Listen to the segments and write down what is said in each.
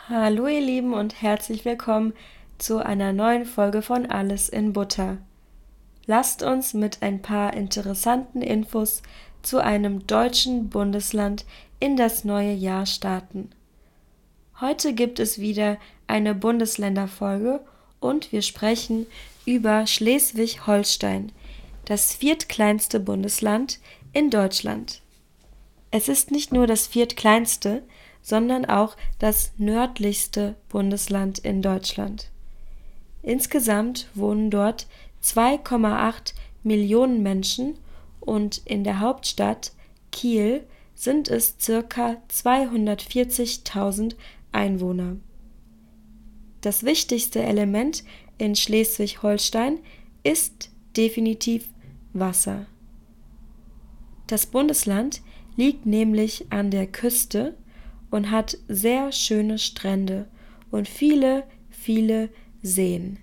Hallo ihr Lieben und herzlich willkommen zu einer neuen Folge von Alles in Butter. Lasst uns mit ein paar interessanten Infos zu einem deutschen Bundesland in das neue Jahr starten. Heute gibt es wieder eine Bundesländerfolge und wir sprechen über Schleswig-Holstein, das viertkleinste Bundesland in Deutschland. Es ist nicht nur das viertkleinste, sondern auch das nördlichste Bundesland in Deutschland. Insgesamt wohnen dort 2,8 Millionen Menschen und in der Hauptstadt Kiel sind es ca. 240.000 Einwohner. Das wichtigste Element in Schleswig-Holstein ist definitiv Wasser. Das Bundesland liegt nämlich an der Küste und hat sehr schöne Strände und viele Seen.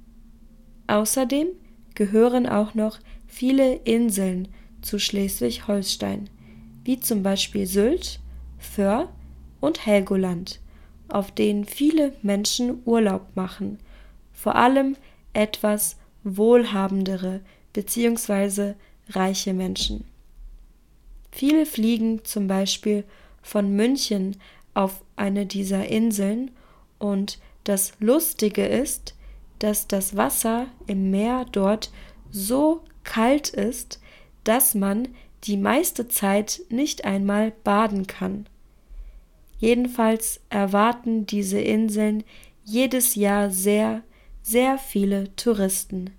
Außerdem gehören auch noch viele Inseln zu Schleswig-Holstein, wie zum Beispiel Sylt, Föhr und Helgoland, auf denen viele Menschen Urlaub machen, vor allem etwas wohlhabendere bzw. reiche Menschen. Viele fliegen zum Beispiel von München auf eine dieser Inseln und das Lustige ist, dass das Wasser im Meer dort so kalt ist, dass man die meiste Zeit nicht einmal baden kann. Jedenfalls erwarten diese Inseln jedes Jahr sehr viele Touristen.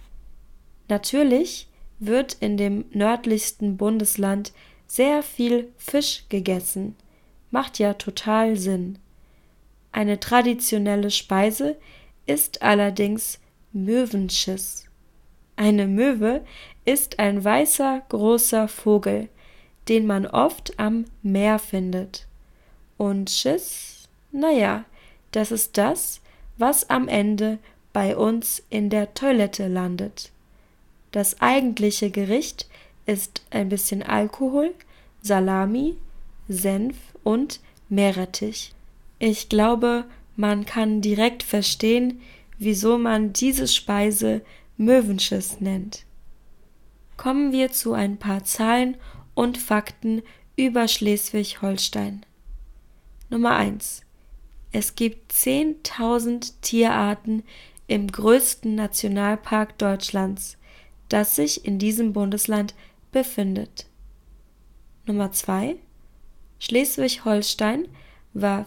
Natürlich wird in dem nördlichsten Bundesland sehr viel Fisch gegessen. Macht ja total Sinn. Eine traditionelle Speise ist allerdings Möwenschiss. Eine Möwe ist ein weißer, großer Vogel, den man oft am Meer findet. Und Schiss, naja, das ist das, was am Ende bei uns in der Toilette landet. Das eigentliche Gericht ist ein bisschen Alkohol, Salami, Senf und Meerrettich. Ich glaube, man kann direkt verstehen, wieso man diese Speise Möwenschiss nennt. Kommen wir zu ein paar Zahlen und Fakten über Schleswig-Holstein. Nummer 1. Es gibt 10.000 Tierarten im größten Nationalpark Deutschlands, das sich in diesem Bundesland befindet. Nummer 2. Schleswig-Holstein war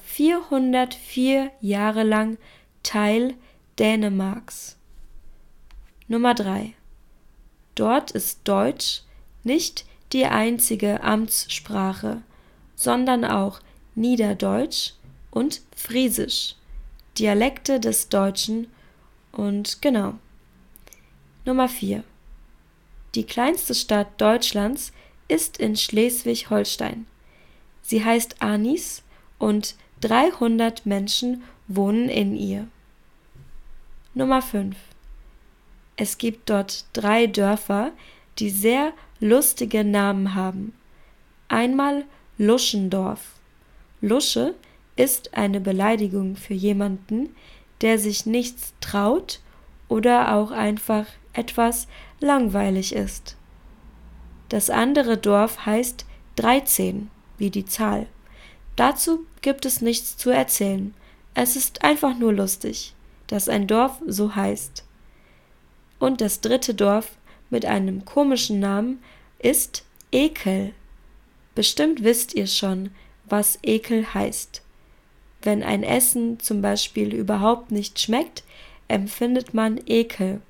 404 Jahre lang Teil Dänemarks. Nummer 3. Dort ist Deutsch nicht die einzige Amtssprache, sondern auch Niederdeutsch und Friesisch, Dialekte des Deutschen und genau. Nummer 4. Die kleinste Stadt Deutschlands ist in Schleswig-Holstein. Sie heißt Arnis und 300 Menschen wohnen in ihr. Nummer 5. Es gibt dort 3 Dörfer, die sehr lustige Namen haben. Einmal Luschendorf. Lusche ist eine Beleidigung für jemanden, der sich nichts traut oder auch einfach etwas langweilig ist. Das andere Dorf heißt 13, wie die Zahl. Dazu gibt es nichts zu erzählen. Es ist einfach nur lustig, dass ein Dorf so heißt. Und das dritte Dorf mit einem komischen Namen ist Ekel. Bestimmt wisst ihr schon, was Ekel heißt. Wenn ein Essen zum Beispiel überhaupt nicht schmeckt, empfindet man Ekel.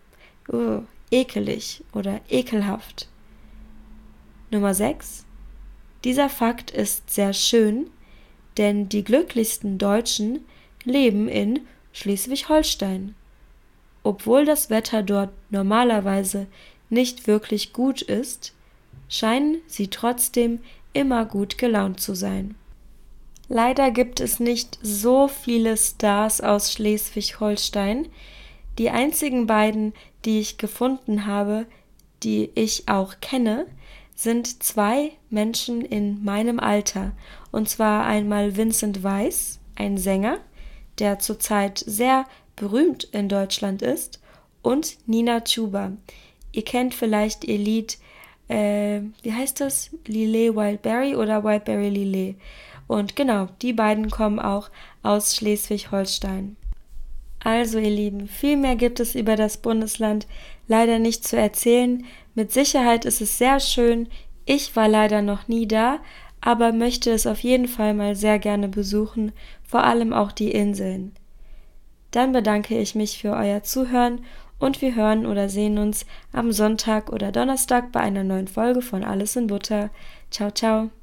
Ekelig oder ekelhaft. Nummer 6. Dieser Fakt ist sehr schön, denn die glücklichsten Deutschen leben in Schleswig-Holstein. Obwohl das Wetter dort normalerweise nicht wirklich gut ist, scheinen sie trotzdem immer gut gelaunt zu sein. Leider gibt es nicht so viele Stars aus Schleswig-Holstein. Die einzigen beiden, die ich gefunden habe, die ich auch kenne, sind 2 Menschen in meinem Alter. Und zwar einmal Vincent Weiss, ein Sänger, der zurzeit sehr berühmt in Deutschland ist, und Nina Chuba. Ihr kennt vielleicht ihr Lied, wie heißt das? Lillet Wildberry oder Wildberry Lillet. Und genau, die beiden kommen auch aus Schleswig-Holstein. Also ihr Lieben, viel mehr gibt es über das Bundesland leider nicht zu erzählen. Mit Sicherheit ist es sehr schön. Ich war leider noch nie da, aber möchte es auf jeden Fall mal sehr gerne besuchen, vor allem auch die Inseln. Dann bedanke ich mich für euer Zuhören und wir hören oder sehen uns am Sonntag oder Donnerstag bei einer neuen Folge von Alles in Butter. Ciao, ciao.